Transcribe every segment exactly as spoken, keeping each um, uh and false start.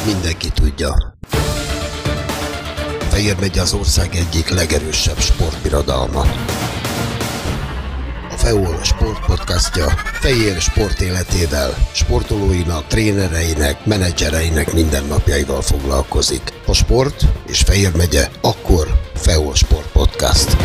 mindenki tudja. Fejér megye az ország egyik legerősebb sportbirodalma. A FEOL Sport podcastja Fejér sport életével, sportolóinak, trénereinek, menedzsereinek mindennapjaival foglalkozik. Ha sport és Fejér megye, akkor FEOL Sport Podcast.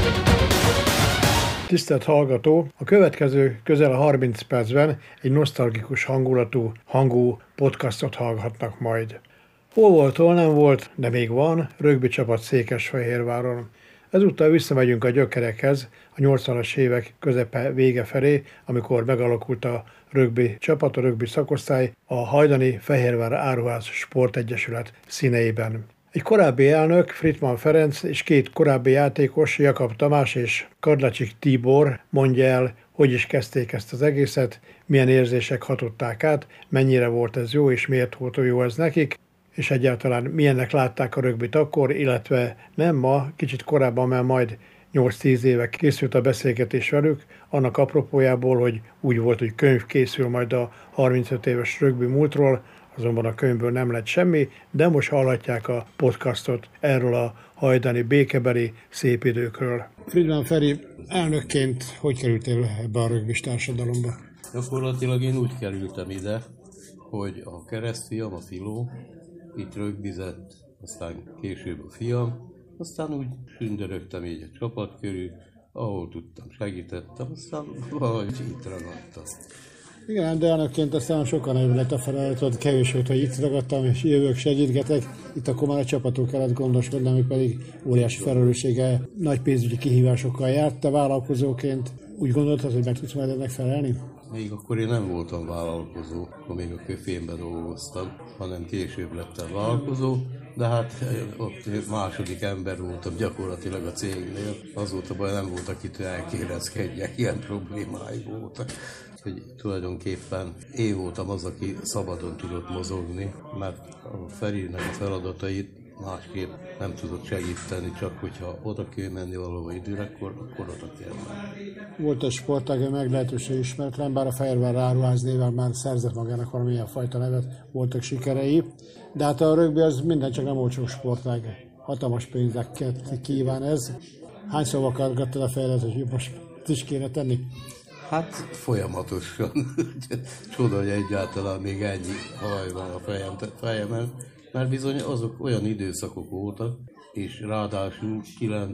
Tisztelt hallgató! A következő közel harminc percben egy nosztalgikus hangulatú, hangú podcastot hallgatnak majd. Hol volt, hol nem volt, de még van, rögbi csapat Székesfehérváron. Ezúttal visszamegyünk a gyökerekhez, a nyolcvanas évek közepe vége felé, amikor megalakult a rögbi csapat, a rögbi szakosztály a hajdani Fehérvár Áruház Sportegyesület színeiben. Egy korábbi elnök, Frittmann Ferenc, és két korábbi játékos, Jakab Tamás és Kadlacsik Tibor mondja el, hogy is kezdték ezt az egészet, milyen érzések hatották át, mennyire volt ez jó, és miért volt jó ez nekik, és egyáltalán milyennek látták a rögbit akkor, illetve nem ma, kicsit korábban, mert majd nyolc-tíz éve készült a beszélgetés velük, annak apropójából, hogy úgy volt, hogy könyv készül majd a harmincöt éves rögbi múltról, azonban a könyvből nem lett semmi, de most hallhatják a podcastot erről a hajdani békebeli szép időkről. Frittmann Feri, elnökként hogy kerültél ebbe a rögbis társadalomba? Gyakorlatilag én úgy kerültem ide, hogy a keresztfiam, a Filó, itt rögbizett, aztán később a fiam, aztán úgy sündörögtem így a csapat körül, ahol tudtam, segítettem, aztán valahogy itt ragadtam. Igen, de elnökként aztán sokan nagyobb lett a feladat, kevés volt, hogy itt ragadtam, és jövök, segítgetek. Itt akkor már a csapatok kellett gondoskodni, ami pedig óriási felelőssége, nagy pénzügyi kihívásokkal járt. Te vállalkozóként úgy gondoltad, hogy meg tudsz majd ennek felelni? Még akkor én nem voltam vállalkozó, akkor még a Köfénben dolgoztam, hanem később lettem vállalkozó, de hát ott második ember voltam gyakorlatilag a cégnél. Az volt a baj, nem volt, akitől elkérezkedjek, ilyen problémái voltak. Hogy tulajdonképpen én voltam az, aki szabadon tudott mozogni, mert a Ferinek a feladatait másképp nem tudott segíteni, csak hogyha oda kell menni valahol időre, akkor, akkor oda kell menni. Volt egy sportág, meglehetősen ismeretlen, bár a Fehérvár Áruház néven már szerzett magának valamilyen fajta nevet, voltak sikerei, de hát a rögbi az minden csak nem olcsó sportág. Hatalmas pénzeket kíván ez. Hány szóval kargattad a fejedet, hogy most is kéne tenni? Hát folyamatosan. Csoda, hogy egyáltalán még ennyi haj van a fejem, fejemen, mert bizony azok olyan időszakok voltak, és ráadásul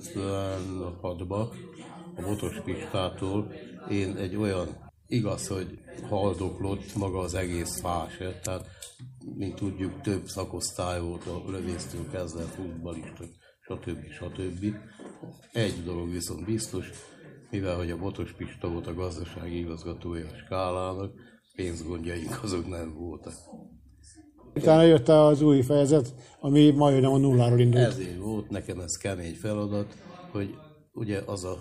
kilencvenhatban a Botos Pistától én egy olyan, igaz, hogy haldoklott maga az egész fáse, tehát mint tudjuk több szakosztály volt a lövésztől kezdve futballistok, stb. stb. Egy dolog viszont biztos, mivel hogy a Botos Pista volt a gazdasági igazgatója a Skálának, pénzgondjaink azok nem voltak. Utána jött az új fejezet, ami majdnem a nulláról indult. Ezért volt nekem ez kemény feladat, hogy ugye az a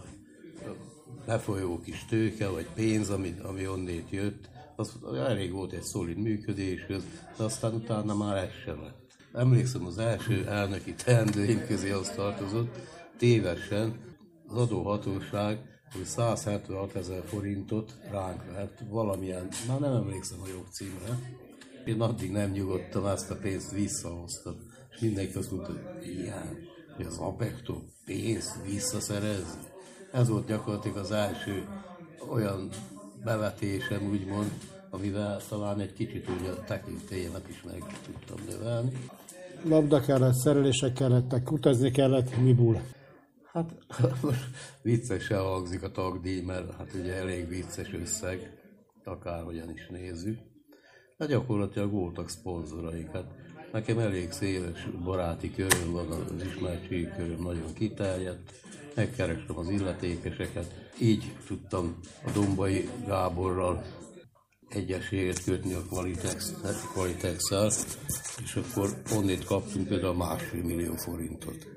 lefolyó kis tőke, vagy pénz, ami, ami onnét jött, az elég volt egy szolid működéshez, de aztán utána már ez sem lett. Emlékszem, az első elnöki teendőim közé az tartozott, tévesen az adóhatóság, hogy száz hetvenhat ezer forintot ránk vert valamilyen, már nem emlékszem a jogcímre. Én addig nem nyugodtam, ezt a pénzt visszahoztam. És mindenki azt mondta, hogy ilyen, hogy az Apektól pénzt visszaszerezni. Ez volt gyakorlatilag az első olyan bevetésem, úgymond, amivel talán egy kicsit úgy a tekintélyemet is meg tudtam növelni. Labda kellett, szerelések kellettek, utazni kellett, mi bull? Hát most viccesen hangzik a tagdíj, mert hát ugye elég vicces összeg, akárhogyan is nézzük. De gyakorlatilag voltak szponzoraink. Hát nekem elég széles baráti köröm van, az ismertségi köröm nagyon kiterjedt. Megkerestem az illetékeseket. Így tudtam a Dombai Gáborral egyeséget kötni a Qualitex-szel, és akkor onnét kaptunk például másfél millió forintot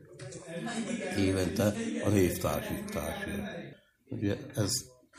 évente a névtársításért. Ugye ez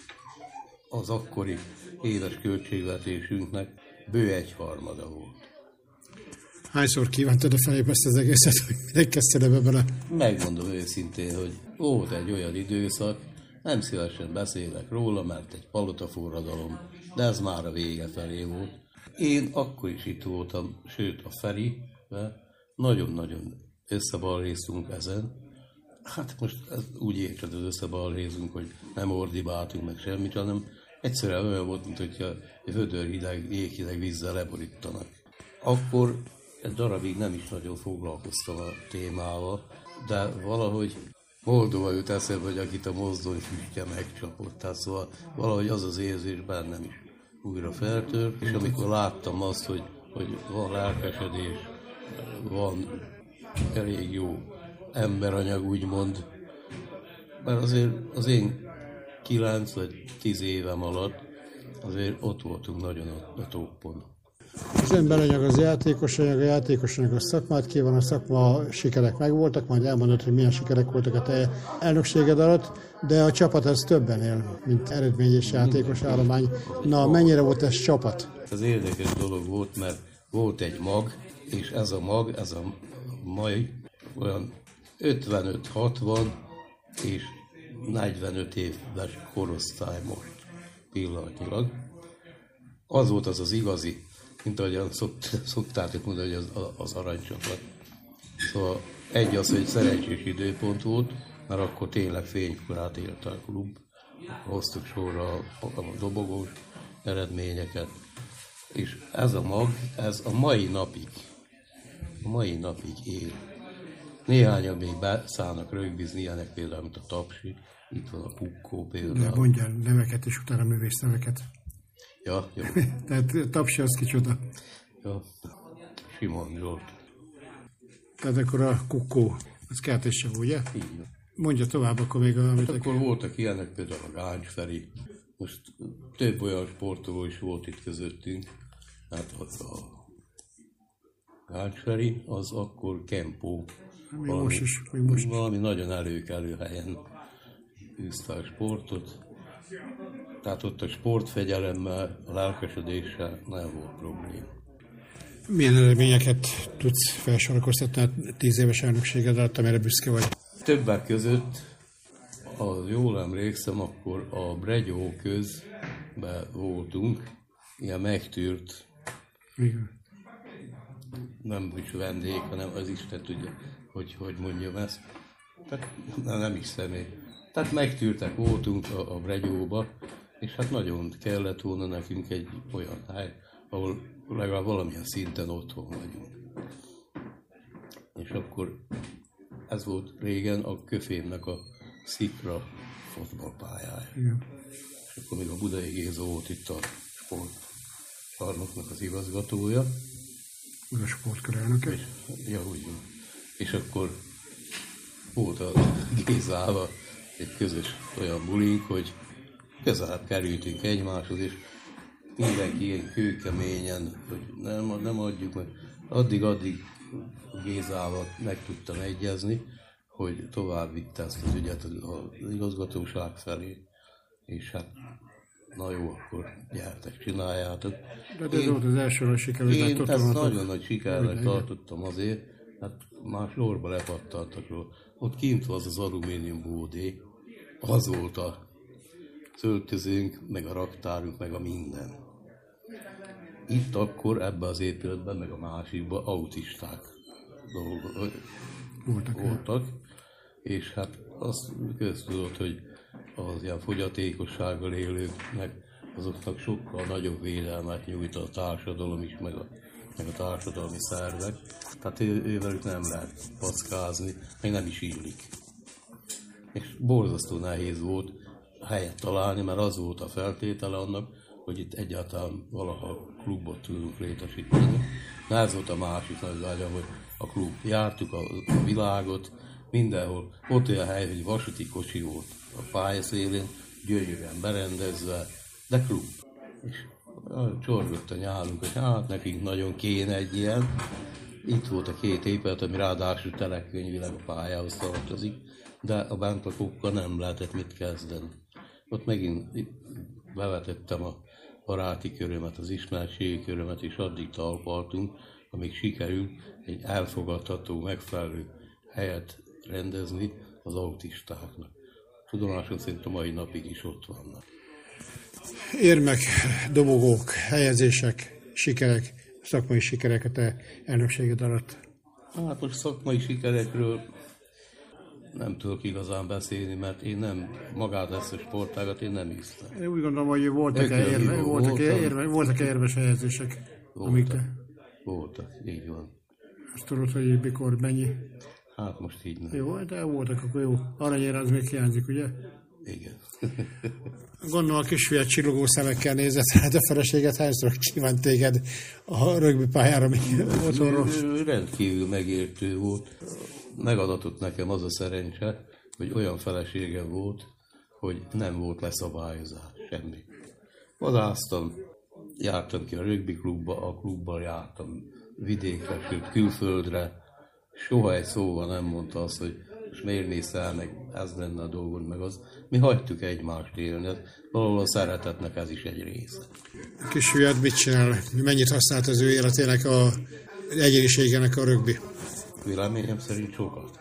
az akkori éves költségvetésünknek bő egyharmada volt. Hányszor kívántad a felébe ezt az egészet, hogy megkezdted ebbe bele? Megmondom őszintén, hogy volt egy olyan időszak, nem szívesen beszélek róla, mert egy palotaforradalom, de ez már a vége felé volt. Én akkor is itt voltam, sőt a Feribe, nagyon-nagyon összebalhéztunk ezen. Hát most ez úgy érted, az összebalhézunk, hogy nem ordibáltunk meg semmit, hanem egyszerűen olyan volt, mint hogyha egy vödör hideg, jéghideg vízzel leborítanak. Akkor egy darabig nem is nagyon foglalkoztam a témával, de valahogy Moldova jut eszembe, hogy akit a mozdony füstje megcsapott, tehát szóval valahogy az az érzés bennem is újra feltört, és amikor láttam azt, hogy, hogy van lelkesedés, van elég jó emberanyag, úgymond, mert azért az én kilenc vagy tíz évem alatt azért ott voltunk nagyon a, a toppon. Az emberanyag az játékos anyag, a játékos anyag a szakmát kíván, a szakma sikerek megvoltak, majd elmondod, hogy milyen sikerek voltak a te elnökséged alatt, de a csapat az többen él, mint eredmény és játékos állomány. Na, mennyire volt ez csapat? Ez érdekes dolog volt, mert volt egy mag, és ez a mag, ez a mai olyan ötvenöt hatvan és negyvenöt éves korosztály most pillanatnyilag. Az volt az az igazi, mint ahogyan szokt, szoktátok mondani, hogy az, az aranycsapat. Szóval egy az, hogy szerencsés időpont volt, mert akkor tényleg fénykorát élt a klub. Hoztuk sorra a, a dobogós eredményeket. És ez a mag, ez a mai napig, a mai napig él. Néhányan még beszállnak rögbizni, ilyenek például, mint a Tapsi, itt van a Pukkó például. De mondjál neveket és utána művész neveket. Ja, jó. Tehát Tapsi az kicsoda. Ja, Simon Zsolt. Tehát akkor a Kukkó, az Kertéssel, ugye? Így van. Mondja tovább, akkor még a... Hát akkor voltak ilyenek, például a Gáncs Feri. Most több olyan sportoló is volt itt közöttünk. Hát a Gáncs Feri az akkor Kempó. Még most is, még most is. Valami nagyon előkelő helyen űzte a sportot. Tehát ott a sportfegyelemmel, a lelkesedéssel nem volt probléma. Milyen eredményeket tudsz felsorakoztatni a tíz éves elnökséged alatt, amire büszke vagy? Többek között, ha jól emlékszem, akkor a Bregyó közben voltunk, ilyen megtűrt, Igen. nem is vendég, hanem az Isten tudja, hogy, hogy mondjam ezt. Tehát nem is személy. Tehát megtűrtek voltunk a, a Bregyóba, és hát nagyon kellett volna nekünk egy olyan hely, ahol legalább valamilyen szinten otthon vagyunk. És akkor ez volt régen a Köfémnek a Szikra fotballpályája. Igen. És akkor még a Budai Géza volt itt a sportcsarnoknak az igazgatója. A sportkör elnöke. És, ja, úgy van. És akkor volt a Gézával egy közös olyan bulink, hogy közelebb kerültünk egymáshoz, és mindenki ilyen kőkeményen, hogy nem, nem adjuk meg. Addig-addig Gézával meg tudtam egyezni, hogy tovább vitte ezt az ügyet az igazgatóság felé, és hát na jó, akkor gyertek, csináljátok. De ez volt az első nagy sikerült. Én ezt nagyon nagy sikernek tartottam azért, hát már sorba lepattantak róla. Ott kint van az az alumínium bódé, az volt a öltözőnk, meg a raktárunk, meg a minden. Itt akkor ebben az épületben, meg a másikban autisták dolgok, voltak, voltak és hát azt köztudott, hogy az ilyen fogyatékossággal élőknek azoknak sokkal nagyobb védelmet nyújt a társadalom is, meg a, meg a társadalmi szervek. Tehát ő, ővelük nem lehet packázni, meg nem is illik. És borzasztó nehéz volt helyet találni, mert az volt a feltétele annak, hogy itt egyáltalán valaha klubot tudunk létesíteni. De ez volt a másik nagy vágyam, hogy a klub. Jártuk a, a világot, mindenhol. Ott olyan hely, hogy vasúti kocsi volt a pályaszélén, gyönyörűen berendezve, de klub. És csorgott a nyálunk, hogy hát nekünk nagyon kéne egy ilyen. Itt volt a két épület, ami ráadásul telekönyvileg a pályához tartozik, de a bentlakókkal nem lehetett mit kezdeni. Ott megint bevetettem a baráti körömet, az ismertségi körömet, és addig talpaltunk, amíg sikerült egy elfogadható, megfelelő helyet rendezni az autistáknak. Tudomásom szerint a mai napig is ott vannak. Érmek, dobogók, helyezések, sikerek, szakmai sikerek a te elnökséged alatt? Hát most szakmai sikerekről nem tudok igazán beszélni, mert én nem, magát ezt a sportágat én nem hiszem. Én úgy gondolom, hogy voltak-e érve, voltak érve, voltak érves helyezések, amik te... Voltak, így van. Azt tudod, hogy mikor, mennyi? Hát most így nem. Jó, de voltak, akkor jó. Aranyér az még hiányzik, ugye? Igen. Gondolom a kisfiat csillogó szemekkel nézett rád, a feleséget hányszor kívánt téged a rögbi pályára még otthonról? Rendkívül megértő volt. Megadatott nekem az a szerencse, hogy olyan feleségem volt, hogy nem volt leszabályozás, semmi. Vadáztam, jártam ki a rögbi klubba, a klubban jártam vidékre, sőt külföldre. Soha egy szóval nem mondta azt, hogy és miért mész el, meg ez lenne a dolgod, meg az. Mi hagytuk egymást élni, valahol a szeretetnek ez is egy része. A kisfiad mit csinál? Mennyit használt az ő életének, a egyéniségének a rögbi? Véleményem szerint sokat.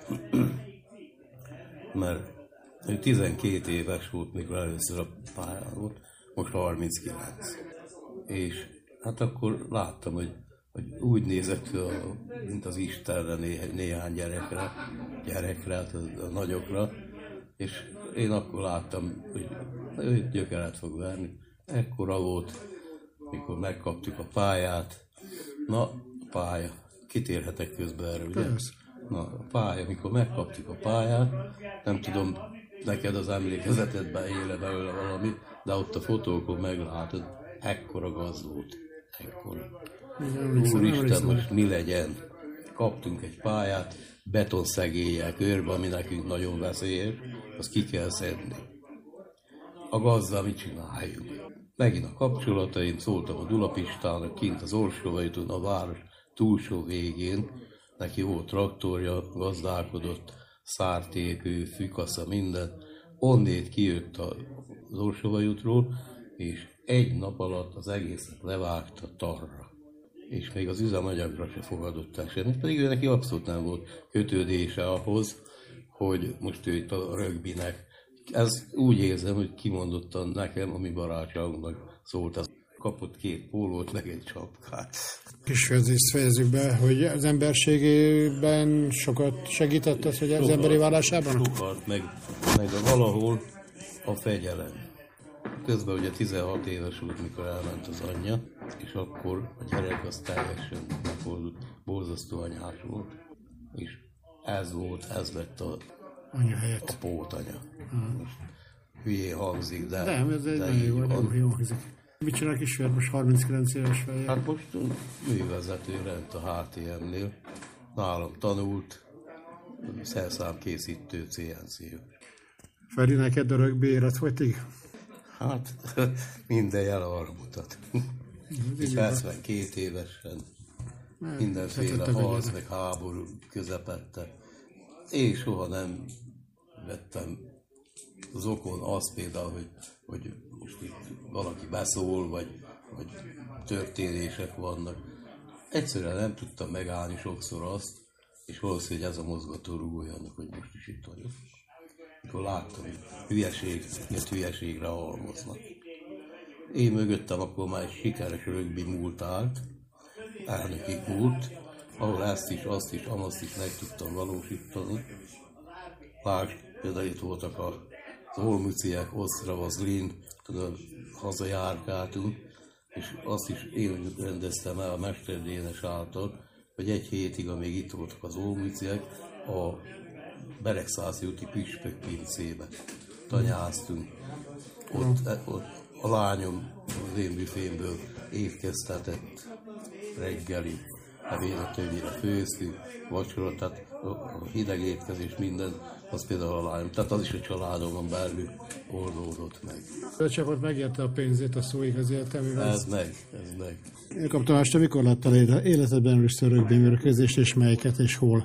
Mert ő tizenkét éves volt, mikor először a pályán volt, most harminckilenc. És hát akkor láttam, hogy, hogy úgy nézek ki, mint az Istenre néhány, néhány gyerekre, gyerekre, hát a, a nagyokra, és én akkor láttam, hogy ő gyökeret fog verni. Ekkora volt, mikor megkaptuk a pályát. Na, pálya. Kitérhetek közben erre, ugye? Persze. Na, a pálya, mikor megkaptuk a pályát, nem tudom, neked az emlékezetedben éle belőle valami, de ott a fotókon meglátod, ekkora gaz volt. Ekkora. Úristen, most mi legyen? Kaptunk egy pályát, betonszegéllyel körbe, ami nekünk nagyon veszélyes, azt ki kell szedni. A gazdal mit csináljunk? Megint a kapcsolataim, szóltam a Dulapistának, kint az Orsolvaiton, a város túlsó végén, neki volt traktorja, gazdálkodott, szártépő, fűkasza, minden. Onnét kijött az Orsolvai útról, és egy nap alatt az egészet levágta tarra. És még az üzemanyagra se fogadott el semmit, pedig ő neki abszolút nem volt kötődése ahhoz, hogy most ő itt a rögbinek. Ez úgy érzem, hogy kimondottan nekem, ami barátságunknak szólt. Az kapott két pólót, meg egy csapkát. Kisfiat, fejezzük be, hogy az emberségében sokat segített az, hogy az sokat, emberi válásában? Sokat, meg, meg a valahol a fegyelem. Közben ugye tizenhat éves volt, mikor elment az anyja, és akkor a gyerek az teljesen megfordult, borzasztó anyás volt. És ez volt, ez lett a, anya helyett. A pótanya. Most hülyén hangzik, de... De, ez egy nagyon jó, nagyon jó hangzik. Mit csinál kisfiat most harminckilenc éves fejjel? Hát most művezető rend a há té em-nél. Nálam tanult, szerszámkészítő cé en cé-ül. Feri, neked a rögbi életfogytig? Hát minden jel arra mutat. hetvenkét évesen mindenféle harc, meg háború közepette. Én soha nem vettem az okon azt például, hogy, hogy most itt valaki beszól, vagy, vagy történések vannak. Egyszerűen nem tudtam megállni sokszor azt, és valószínűleg ez a mozgatórugója annak, hogy most is itt vagyok. Mikor láttam, hogy hülyeség, miért hülyeségre halmoznak. Én mögöttem akkor már egy sikeres rögbi múlt állt, elnöki múlt, ahol ezt is, azt is, amazt is meg tudtam valósítani. Lásd, például itt voltak az Olmüciek, Osztrava, Zlin, tudod, hazajárkáltunk, és azt is én rendeztem el a Mester Dénes által, hogy egy hétig, amíg itt voltak az Olmüciek, a Beregszászi úti püspök pincébe tanyáztunk. Ott, ott a lányom az én büfémből étkeztetett reggeli, ebédet többére főztünk, vacsorat, tehát a hideg étkezés, minden, az például a lányom. Tehát az is a családomon belül oldódott meg. A csapat megérte a pénzét a szó igazi értelmében. Ez meg, ez meg. Jakab Tamás, te mikor láttál életedben először rögbi mérkőzést, és melyiket, és hol?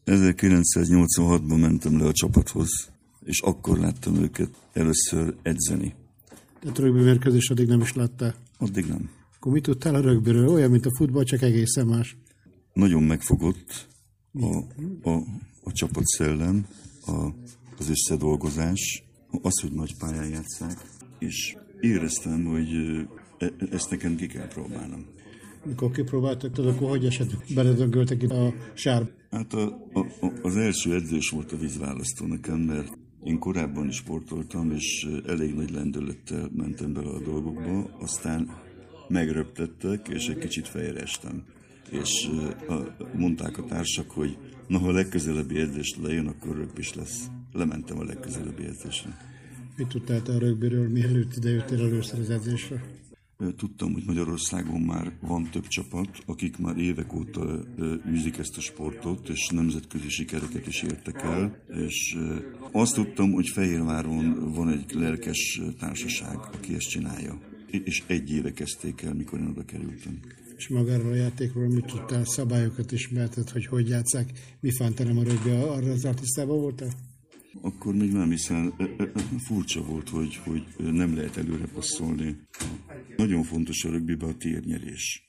ezerkilencszáznyolcvanhatban mentem le a csapathoz, és akkor láttam őket először edzeni. Tehát rögbi mérkőzést addig nem is láttál? Addig nem. Akkor mit tudtál a rögbiről? Olyan, mint a futball, csak egészen más. Nagyon megfogott a, a, a csapatszellem, a, az összedolgozás, az, hogy nagy pályán játsszák, és éreztem, hogy e, ezt nekem ki kell próbálnom. Mikor kipróbáltak, tudod, akkor hogy esetleg beledöngöltek itt a sárba? Hát a, a, az első edzés volt a vízválasztó nekem, mert én korábban is sportoltam, és elég nagy lendülettel mentem bele a dolgokba, aztán megröptettek, és egy kicsit fejre estem. És mondták a társak, hogy na, ha a legközelebbi edzést lejön, akkor rögbi is lesz. Lementem a legközelebbi edzésre. Mit tudtál te a rögbiről, mielőtt ide jöttél először az edzésre? Tudtam, hogy Magyarországon már van több csapat, akik már évek óta űzik ezt a sportot, és nemzetközi sikereket is értek el, és azt tudtam, hogy Fehérváron van egy lelkes társaság, aki ezt csinálja. És egy éve kezdték el, mikor én oda kerültem. És magáról a játékról mit tudtál, szabályokat ismerted, hogy hogy játsszák, mi fánterem a rögbi, arra az artisztában voltál? Akkor még nem, hiszen furcsa volt, hogy, hogy nem lehet előre passzolni. Nagyon fontos a rögbiben a térnyerés.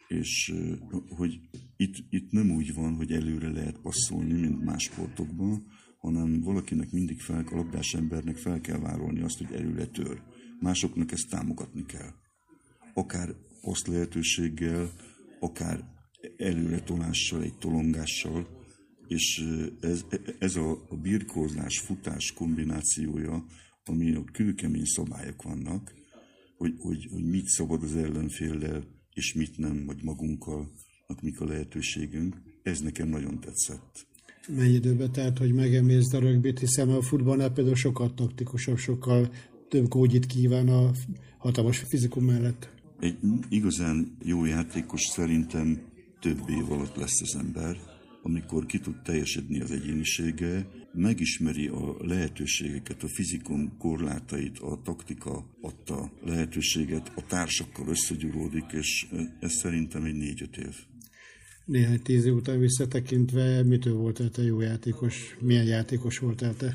És hogy itt, itt nem úgy van, hogy előre lehet passzolni, mint más sportokban, hanem valakinek mindig fel, a labdás embernek fel kell várolni azt, hogy előre tör. Másoknak ezt támogatni kell. Akár passz lehetőséggel, akár előre tolással, egy tolongással, és ez, ez a, a birkózás, futás kombinációja, ami ott kőkemény szabályok vannak, hogy, hogy, hogy mit szabad az ellenféllel, és mit nem, vagy magunkkal, mik a lehetőségünk, ez nekem nagyon tetszett. Mennyi időbe telt, hogy megemészd a rögbit, hiszen a futballnál például sokkal taktikusabb, sokkal több gógyit kíván a hatalmas fizikum mellett. Egy igazán jó játékos szerintem több év alatt lesz az ember, amikor ki tud teljesedni az egyénisége, megismeri a lehetőségeket, a fizikum korlátait, a taktika adta lehetőséget, a társakkal összegyúródik, és ez szerintem egy négy-öt év. Néhány tíz év után visszatekintve, mitől voltál te jó játékos? Milyen játékos voltál te?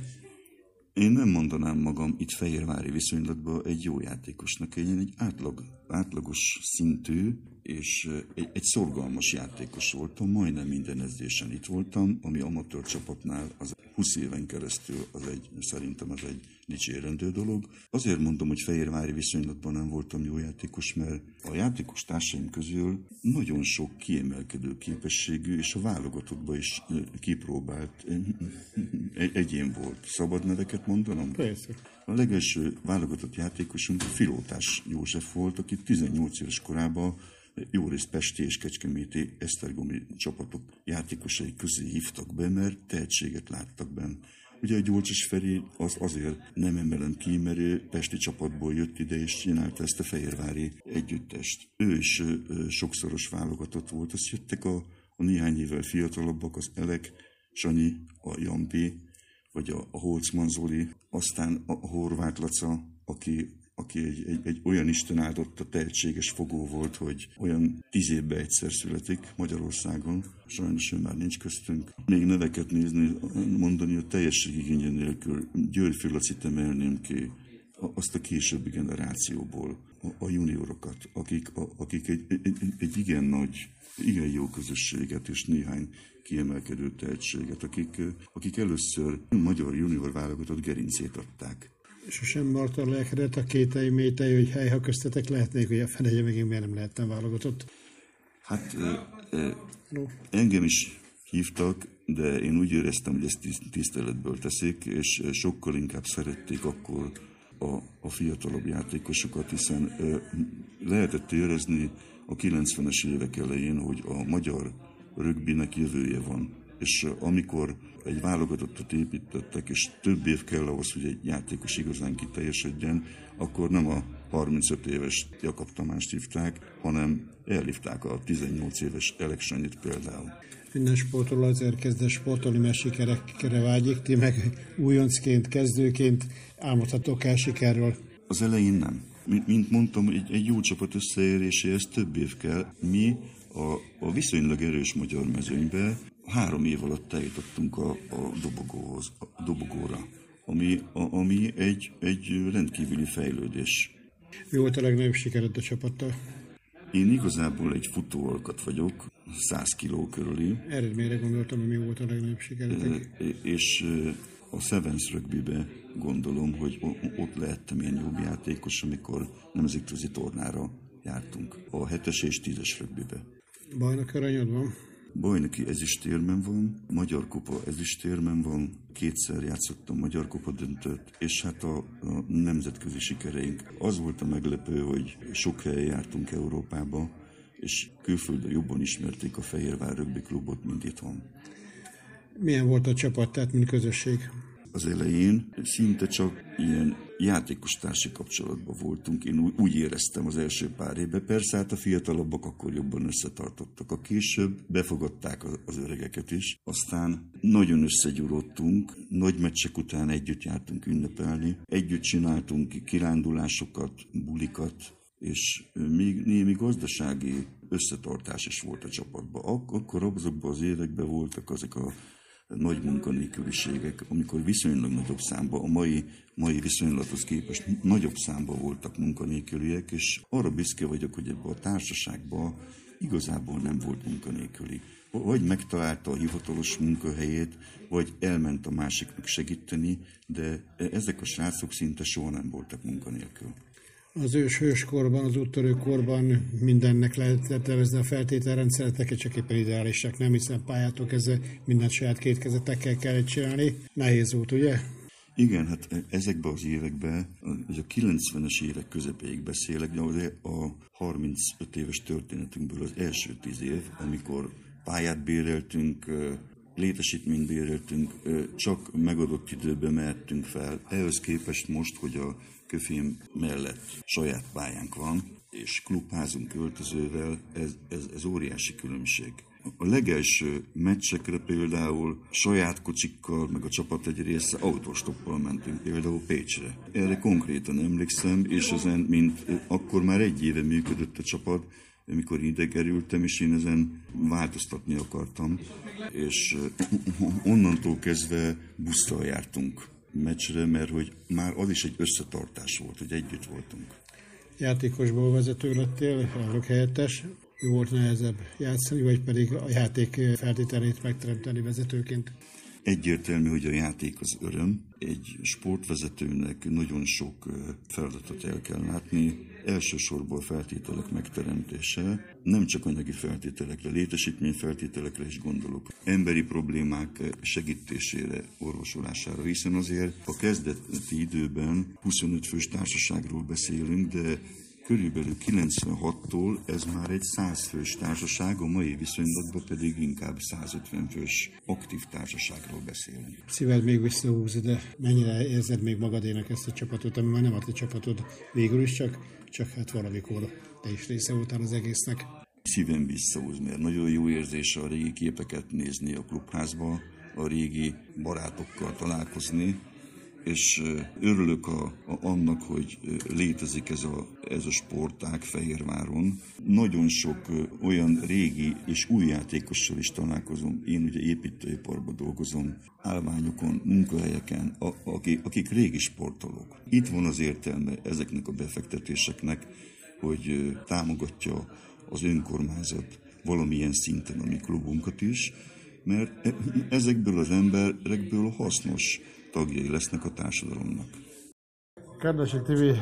Én nem mondanám magam itt fehérvári viszonylatban egy jó játékosnak. Én egy átlag, átlagos szintű és egy, egy szorgalmas játékos voltam. Majdnem minden edzésen itt voltam, ami amatőr csapatnál az húsz éven keresztül az egy, szerintem az egy dicsérendő dolog. Azért mondom, hogy fehérvári viszonylatban nem voltam jó játékos, mert a játékos társaim közül nagyon sok kiemelkedő képességű, és a válogatottban is kipróbált egy, egyén volt. Szabad neveket mondanom? Persze. A legelső válogatott játékosunk Filótás József volt, aki tizennyolc éves korában jó részt pesti és kecskeméti esztergomi csapatok játékosai közé hívtak be, mert tehetséget láttak benne. Ugye a Gyolcsis Feri az azért nem emelem ki, mert ő pesti csapatból jött ide, és csinálta ezt a fehérvári együttest. Ő is ö, sokszoros válogatott volt, azt jöttek a, a néhány évvel fiatalabbak, az Elek, Sanyi, a Jampi, vagy a, a Holcman Zoli, aztán a Horváth Laca, aki aki egy, egy, egy olyan Isten áldotta tehetséges fogó volt, hogy olyan tíz évben egyszer születik Magyarországon. Sajnos ő már nincs köztünk. Még neveket nézni, mondani a teljességigénye nélkül. György Lacit emelném ki, azt a későbbi generációból, a, a juniorokat, akik, a, akik egy, egy, egy igen nagy, igen jó közösséget és néhány kiemelkedő tehetséget, akik, akik először magyar junior válogatott gerincét adták. Sosem marta a lelkedet a kételj, mételj, hogy hely, ha köztetek lehetnék, hogy a fenegye meg én miért nem lehettem válogatott? Hát e, e, no. Engem is hívtak, de én úgy éreztem, hogy ezt tiszteletből teszik, és sokkal inkább szerették akkor a, a fiatalabb játékosokat, hiszen e, lehetett érezni a kilencvenes évek elején, hogy a magyar rögbinek jövője van. És amikor egy válogatottat építettek, és több év kell ahhoz, hogy egy játékos igazán kiteljesedjen, akkor nem a harmincöt éves Jakab Tamást hívták, hanem elhívták a tizennyolc éves Elek Sanyit például. Minden sportoló azért kezdett sportolni, mert sikerekre vágyik, ti meg újoncként, kezdőként álmodhatok el sikerről. Az elején nem. Mint mondtam, egy, egy jó csapat összeéréséhez több év kell. Mi a, a viszonylag erős magyar mezőnybe három év alatt eljutottunk a, a dobogóhoz, a dobogóra, ami, a, ami egy, egy rendkívüli fejlődés. Mi volt a legnagyobb sikered a csapattal? Én igazából egy futóalkat vagyok, száz kiló körüli. Eredményre gondoltam, hogy mi volt a legnagyobb sikeretek. E, és a Sevens rögbibe gondolom, hogy ott lehettem ilyen jobb játékos, amikor nemzetközi tornára jártunk, a hetes és tízes rögbibe. Bajnoki aranyod van? Bajnoki ezüstérmem van, Magyar Kupa ezüstérmem van, kétszer játszottam Magyar Kupa döntőt, és hát a, a nemzetközi sikereink. Az volt a meglepő, hogy sok helyen jártunk Európába, és külföldön jobban ismerték a Fehérvár Rögbi Klubot, mint itthon. Milyen volt a csapat, tehát mint közösség? Az elején szinte csak ilyen játékostársi kapcsolatban voltunk. Én úgy éreztem az első pár évben. Persze hát a fiatalabbak akkor jobban összetartottak. A később befogadták az öregeket is. Aztán nagyon összegyúrodtunk. Nagy meccsek után együtt jártunk ünnepelni. Együtt csináltunk kirándulásokat, bulikat, és még némi gazdasági összetartás is volt a csapatban. Ak- akkor azokban az években voltak azok a nagy munkanélküliségek, amikor viszonylag nagyobb számban, a mai, mai viszonylathoz képest nagyobb számban voltak munkanélküliek, és arra büszke vagyok, hogy ebben a társaságban igazából nem volt munkanélküli. Vagy megtalálta a hivatalos munkahelyét, vagy elment a másiknak segíteni, de ezek a srácok szinte soha nem voltak munkanélkül. Az ős-hős korban, az úttörő korban mindennek lehetett tervezni a feltételrendszeret, neked csak éppen ideálisak, nem, hiszen pályától kezdve mindent saját kétkezetekkel kellett csinálni. Nehéz volt, ugye? Igen, hát ezekben az években, a kilencvenes évek közepéig beszélek, de a harmincöt éves történetünkből az első tíz év, amikor pályát béreltünk, létesítményt béreltünk, csak megadott időben mehettünk fel. Ehhez képest most, hogy a Köfém mellett saját pályánk van, és klubházunk költözővel, ez, ez, ez óriási különbség. A legelső meccsekre például saját kocsikkal, meg a csapat egy része autóstoppal mentünk például Pécsre. Erre konkrétan emlékszem, és ezen, mint akkor már egy éve működött a csapat, amikor ide kerültem, és én ezen változtatni akartam, és onnantól kezdve busszal jártunk meccsre, mert hogy már az is egy összetartás volt, hogy együtt voltunk. Játékosból vezető lettél, elnök helyettes. Volt nehezebb játszani, vagy pedig a játék feltételét megteremteni vezetőként? Egyértelmű, hogy a játék az öröm. Egy sportvezetőnek nagyon sok feladatot el kell látni. Elsősorban feltételek megteremtése, nem csak anyagi feltételekre, létesítmény feltételekre is gondolok. Emberi problémák segítésére, orvosolására, hiszen azért a kezdeti időben huszonöt fős társaságról beszélünk, de körülbelül kilencvenhattól ez már egy száz fős társaság, a mai viszonylatban pedig inkább százötven fős aktív társaságról beszélünk. Szíved még visszahúz, de mennyire érzed még magadénak ezt a csapatot, ami már nem a te csapatod végül is, csak, csak hát valamikor te is része voltál az egésznek. Szívem visszahúz, mert nagyon jó érzés a régi képeket nézni a klubházba, a régi barátokkal találkozni, és örülök a, a, annak, hogy létezik ez a, ez a sportág Fehérváron. Nagyon sok olyan régi és új játékossal is találkozom. Én ugye építőiparban dolgozom, állványokon, munkahelyeken, a, akik, akik régi sportolók. Itt van az értelme ezeknek a befektetéseknek, hogy támogatja az önkormányzat valamilyen szinten a mi klubunkat is, mert ezekből az emberekből hasznos tagjai lesznek a társadalomnak. Kedvesek Tibi,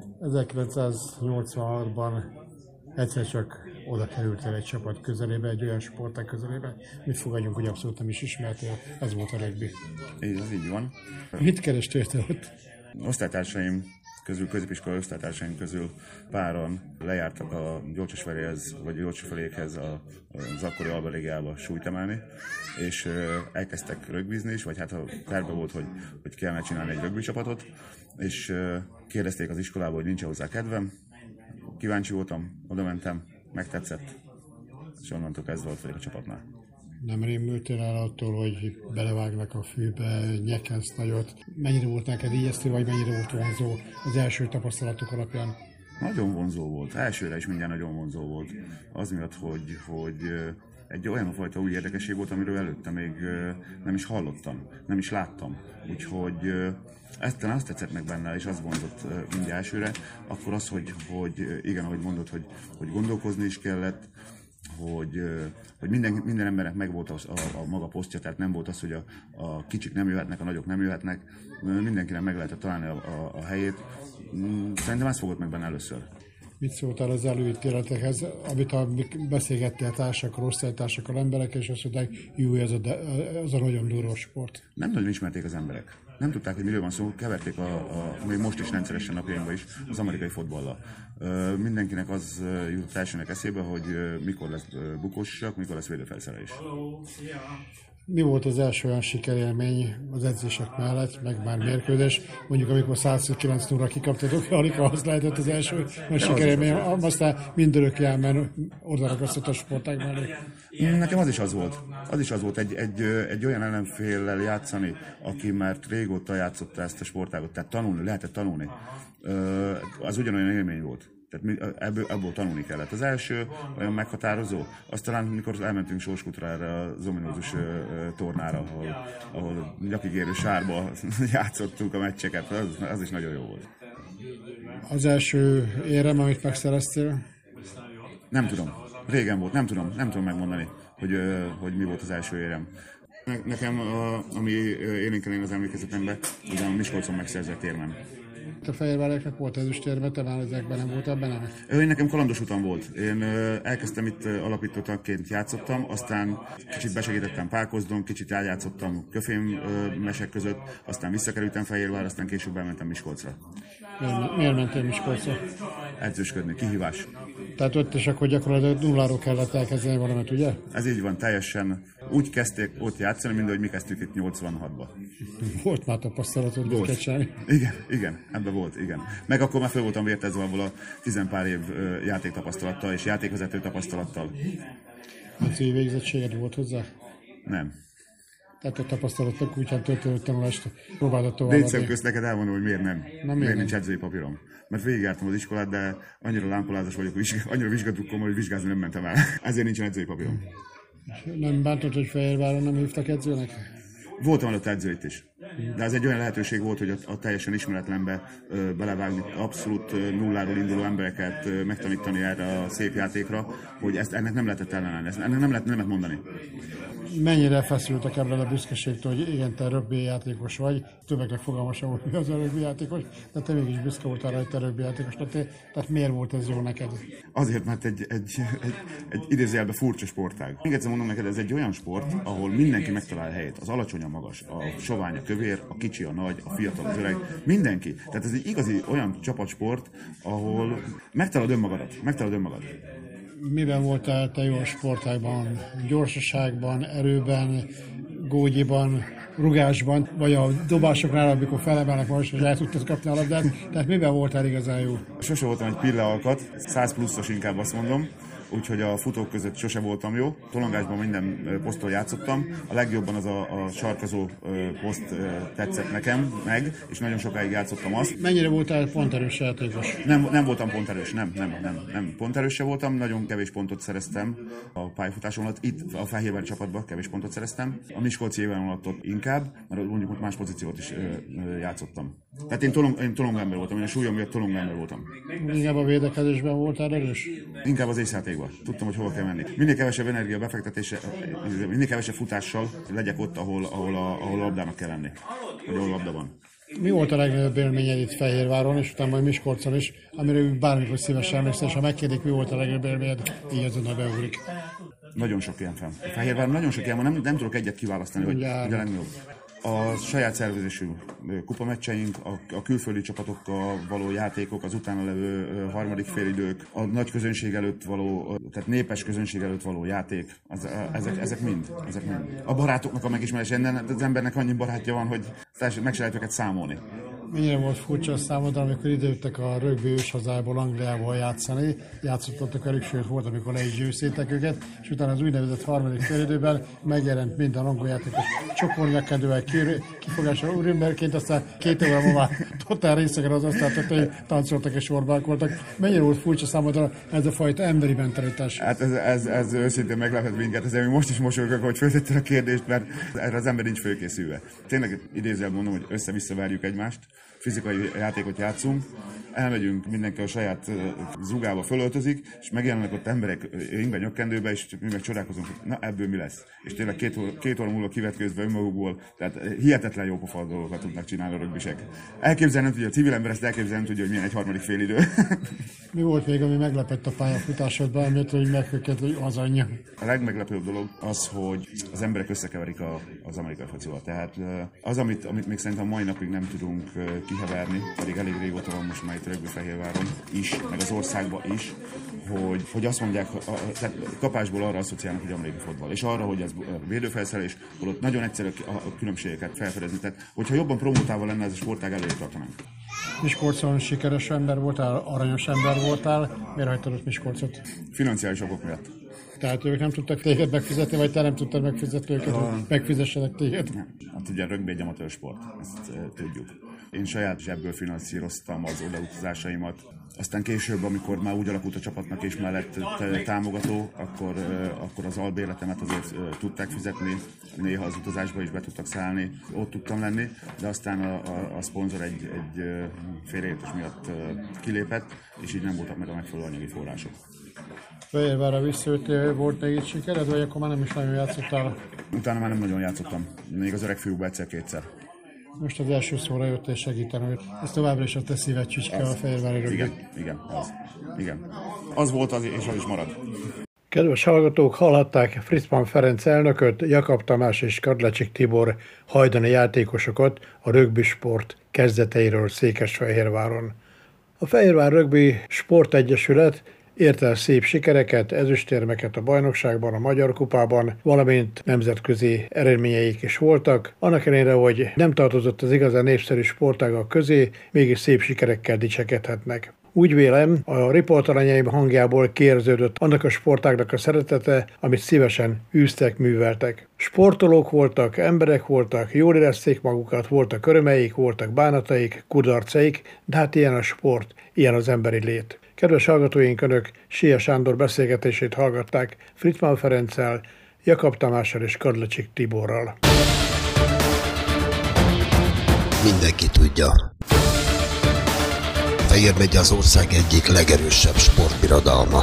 ezerkilencszáznyolcvanhatban egyszer csak oda kerültél egy csapat közelébe, egy olyan sportág közelébe, mit fogadjunk, hogy abszolút nem is ismertél, ez volt a rögbi. Ez így van. Mit kerestél te ott? Osztálytársaim közül, középiskolai osztálytársaim közül páran lejártak a Gyolcsosferéhez, vagy Gyolcsosferékhez az akkori Alba-ligába súlyt emelni, és elkezdtek rögbizni is, vagy hát a terve volt, hogy, hogy kellene csinálni egy rögbi csapatot, és kérdezték az iskolába, hogy nincs hozzá kedvem. Kíváncsi voltam, oda mentem, megtetszett, és onnantól kezdve ott vagyok a csapatnál. Nem rémültél el attól, hogy belevágnak a fűbe, nyekensz nagyot. Mennyire volt neked ijesztő, vagy mennyire volt vonzó az első tapasztalatok alapján? Nagyon vonzó volt. Elsőre is mindjárt nagyon vonzó volt. Az miatt, hogy, hogy egy olyan fajta új érdekesség volt, amiről előtte még nem is hallottam, nem is láttam. Úgyhogy ezt azt tetszett meg benne, és az vonzott mindjárt elsőre. Akkor az, hogy, hogy igen, ahogy mondod, hogy, hogy gondolkozni is kellett, hogy, hogy minden, minden embernek megvolt a, a, a maga posztja, tehát nem volt az, hogy a, a kicsik nem jöhetnek, a nagyok nem jöhetnek, mindenkinek meg lehetett találni a, a, a helyét. Szerintem ezt fogott meg benne először. Mit szóltál az előítéletekhez, amit a, beszélgettél társakkal, osztálytársakkal, emberek, és azt mondták, jó, ez a, ez a nagyon durva sport. Nem nagyon ismerték az emberek. Nem tudták, hogy miről van szó, keverték, a, a, még most is rendszeresen napjainkban is, az amerikai fotballal. Ö, mindenkinek az jutott elsőnek eszébe, hogy mikor lesz bukósak, mikor lesz védőfelszerelés. Mi volt az első olyan sikerélmény az edzések mellett, meg már mérkőzés? Mondjuk, amikor száz kilenc nulla kikaptatok, Alika, az lehetett az első nagy sikerélmény, aztán mindörökké elmen odarakasztott a sportág mellé. Nekem az is az volt. Az is az volt, egy, egy, egy olyan ellenféllel játszani, aki már régóta játszotta ezt a sportágot, tehát tanulni, lehetett tanulni. Az ugyanolyan élmény volt. Tehát ebből, ebből tanulni kellett. Az első olyan meghatározó, azt talán mikor elmentünk Sorskutra erre az ominózus tornára, ahol, ahol nyakigérő sárba játszottuk a meccseket, az, az is nagyon jó volt. Az első érem, amit megszereztél? Nem tudom. Régen volt, nem tudom, nem tudom megmondani, hogy, hogy mi volt az első érem. Nekem, ami élénken én az emlékezetemben, ugye a Miskolcon megszerzett érmem. A Fehérváriaknak volt ezüstérme, te már ezekben nem voltál benne? Én nekem kalandos utam volt. Én elkezdtem itt alapítótagként játszottam, aztán kicsit besegítettem Pálkozdon, kicsit eljátszottam Köfém mesek között, aztán visszakerültem Fehérvár, aztán később elmentem Miskolcra. Miért, miért mentél Miskolcra? Edzősködni, kihívás. Tehát ott is akkor gyakorlatilag nulláról kellett elkezdeni valamit, ugye? Ez így van, teljesen úgy kezdték ott játszani, mint ahogy mi kezdtük itt nyolcvanhatban. Volt már tapasztalatod, hogy kell csinálni. Igen, igen, ebben volt, igen. Meg akkor már fel voltam vértezve abból a tizenpár év játéktapasztalattal és játékvezető tapasztalattal. Edzői végzettséged volt hozzá? Nem. Tehát a tapasztalatok úgyhogy történő tanulást próbálod tovább. Négy szem közt neked elmondom, hogy miért nem. Na, miért, miért nem? nincs edzői papírom. Mert végigjártam az iskolát, de annyira lámpolázas vagyok, annyira vizsgadrukkom, hogy vizsgázni nem mentem el. Ezért nincsen edzői papírom. Nem bántod, hogy Fehérváron nem hívtak edzőnek? Voltam előtt edzőit is. De ez egy olyan lehetőség volt, hogy a, a teljesen ismeretlenbe ö, belevágni abszolút ö, nulláról induló embereket, ö, megtanítani erre a szép játékra, hogy ezt, ennek nem lehetett ellenállni, ezt, ennek nem lehet nemet mondani. Mennyire feszültek ebből a büszkeségtől, hogy igen, te rögbi játékos vagy, többeknek fogalmasan volt, mi az a rögbi játékos, de te mégis büszke voltál rá, hogy te rögbi játékos, tehát, tehát miért volt ez jó neked? Azért, mert egy, egy, egy, egy idézőjelben furcsa sportág. Még egyszer mondom neked, ez egy olyan sport, ahol mindenki megtalál helyét, az alacsony, a magas, a sovány, a kövér, a kicsi, a nagy, a fiatal, az öreg, mindenki. Tehát ez egy igazi olyan csapatsport, ahol megtalálod önmagadat, megtalálod önmagad. Miben voltál te jó a sportágban? Gyorsaságban, erőben, gógyiban, rugásban, vagy a dobásoknál, amikor felemelnek most, hogy el tudtad kapni a labdát? Tehát miben voltál igazán jó? Sose voltam egy pillealkat, száz pluszos inkább azt mondom, úgyhogy a futók között sose voltam jó. Tolongásban minden poszton játszottam. A legjobban az a, a sarkazó poszt tetszett nekem meg, és nagyon sokáig játszottam azt. Mennyire voltál ponterős játékos? Nem, nem voltam ponterős, nem, nem, nem, nem. Ponterős se voltam, nagyon kevés pontot szereztem a pályafutásom alatt. Itt a Fehérvári csapatban kevés pontot szereztem. A Miskolci éven alatt ott inkább, mert mondjuk ott más pozíciót is játszottam. Tehát én, tolong, én tolongember voltam, én a súlyom miatt tolongember voltam. Inkább a védekezésben voltál erős? Inkább az észjátékban. Tudtam, hogy hova kell menni. Minél kevesebb energia befektetése, minél kevesebb futással legyek ott, ahol, ahol, a, ahol a labdának kell lenni. Vagy ahol labda van. Mi volt a legnagyobb élményed itt Fehérváron, és utána majd Miskolcon is, amire bármikor szívesen emlékszel, és ha megkérdik, mi volt a legnagyobb élményed, így azonnal beugrik. Nagyon sok ilyen fenn. A Fehérváron nagyon sok ilyen van, nem, nem tudok egyet kiválasztani, hogy, hogy a legnagyobb. A saját szervezésű kupameccseink, a, a külföldi csapatokkal való játékok, az utána levő harmadik félidők, a nagy közönség előtt való, tehát népes közönség előtt való játék, az, ezek, ezek mind, ezek mind. A barátoknak a megismerése, az embernek annyi barátja van, hogy meg se lehet őket számolni. Mennyire volt furcsa a számodra, amikor idejöttek a rögbi őshazából, Angliából játszani, játszottatok velük, sőt volt, amikor le is győztétek őket, és utána az úgynevezett harmadik félidőben megjelent minden angol játékos csokornyakedővel, kifogással úrimberként, aztán két óra múlva totál részegen az asztalt, hogy táncoltak és sorbálkoltak. Mennyire volt furcsa számodra ez a fajta emberi mentalitás? Hát ez, ez, ez őszintén meglepett minket, ezért még most is mosolygok, hogy föltettél a kérdést, mert erre az ember nincs fölkészülve. Tényleg idézőjelben mondom, hogy össze-vissza várjuk egymást. fizikai játékot játszunk, elmegyünk, mindenki a saját zugába fölöltözik, és megjelennek ott emberek ingbe nyakkendőbe, és mi meg csodálkozunk, hogy na ebből mi lesz. És tényleg két óra, két óra múlva kivetközve önmagukból, tehát hihetetlen jó pofa dolgokat tudnak csinálni a rögbisek. Elképzelni tudja, a civil ember ezt elképzelni tudja, hogy milyen egy harmadik fél idő. Mi volt még, ami meglepett a pályafutásodban, amit hogy megköket, hogy az anyja? A legmeglepőbb dolog az, hogy az emberek összekeverik a, az amerikai focival. Tehát az, amit, amit még szerintem mai napig nem tudunk kiheverni, pedig elég régóta van most már itt Rögbifehérváron is, meg az országban is, hogy, hogy azt mondják, a, tehát kapásból arra asszociálnak, hogy amerikai fotball, és arra, hogy ez védőfelszerelés, holott nagyon egyszerű a különbségeket felfedezni. Tehát, hogyha jobban promótálva lenne, ez a sportág elé tartanánk. Miskolcon sikeres ember voltál, aranyos ember voltál, miért hagytad ott Miskolcot? Financiális okok miatt. Tehát ők nem tudtak téged megfizetni, vagy te nem tudtad megfizetni őket, a... hogy megfizessenek téged? Hát ugye rögbi egy amatőr sport, ezt e, tudjuk. Én saját zsebből finanszíroztam az odautazásaimat. Aztán később, amikor már úgy alakult a csapatnak és mellett támogató, akkor, e, akkor az albérletemet azért e, tudták fizetni, néha az utazásba is be tudtak szállni, ott tudtam lenni, de aztán a, a, a szponzor egy, egy félreértés miatt e, kilépett, és így nem voltak meg a megfelelő anyagi források. Fehérvárra visszajöttél, volt még itt sikered, vagy akkor már nem is nagyon játszottál? Utána már nem nagyon játszottam, még az öreg fiúkba egyszer-kétszer. Most az első szóra jöttél segíteni, hogy ez továbbra is a te szíved csücske a Fehérvári rögbi. Igen, igen, az. Igen. Az volt az, és az is marad. Kedves hallgatók, hallhatták Fritzmann Ferenc elnököt, Jakab Tamás és Kadlecsik Tibor hajdani játékosokat a rögbi sport kezdeteiről Székesfehérváron. A Fehérvár Rögbi Sportegyesület ért el szép sikereket, ezüstérmeket a bajnokságban, a Magyar Kupában, valamint nemzetközi eredményeik is voltak. Annak ellenére, hogy nem tartozott az igazán népszerű sportágak közé, mégis szép sikerekkel dicsekedhetnek. Úgy vélem, a riportalanyaim hangjából kiérződött annak a sportágnak a szeretete, amit szívesen űztek, műveltek. Sportolók voltak, emberek voltak, jól érezték magukat, voltak örömeik, voltak bánataik, kudarcaik, de hát ilyen a sport, ilyen az emberi lét. Kedves hallgatóink, Önök Sia Sándor beszélgetését hallgatták Fritzmann Ferenccel, Jakab Tamással és Kadlecsik Tiborral. Mindenki tudja. Fejér megye az ország egyik legerősebb sportbirodalma.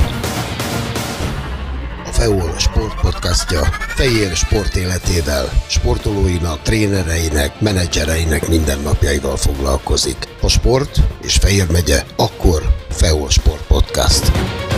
A FEOL Sport podcastja Fejér sport életével, sportolóinak, trénereinek, menedzsereinek mindennapjaival foglalkozik. A sport és Fejér megye, akkor FEOL Sport Podcast.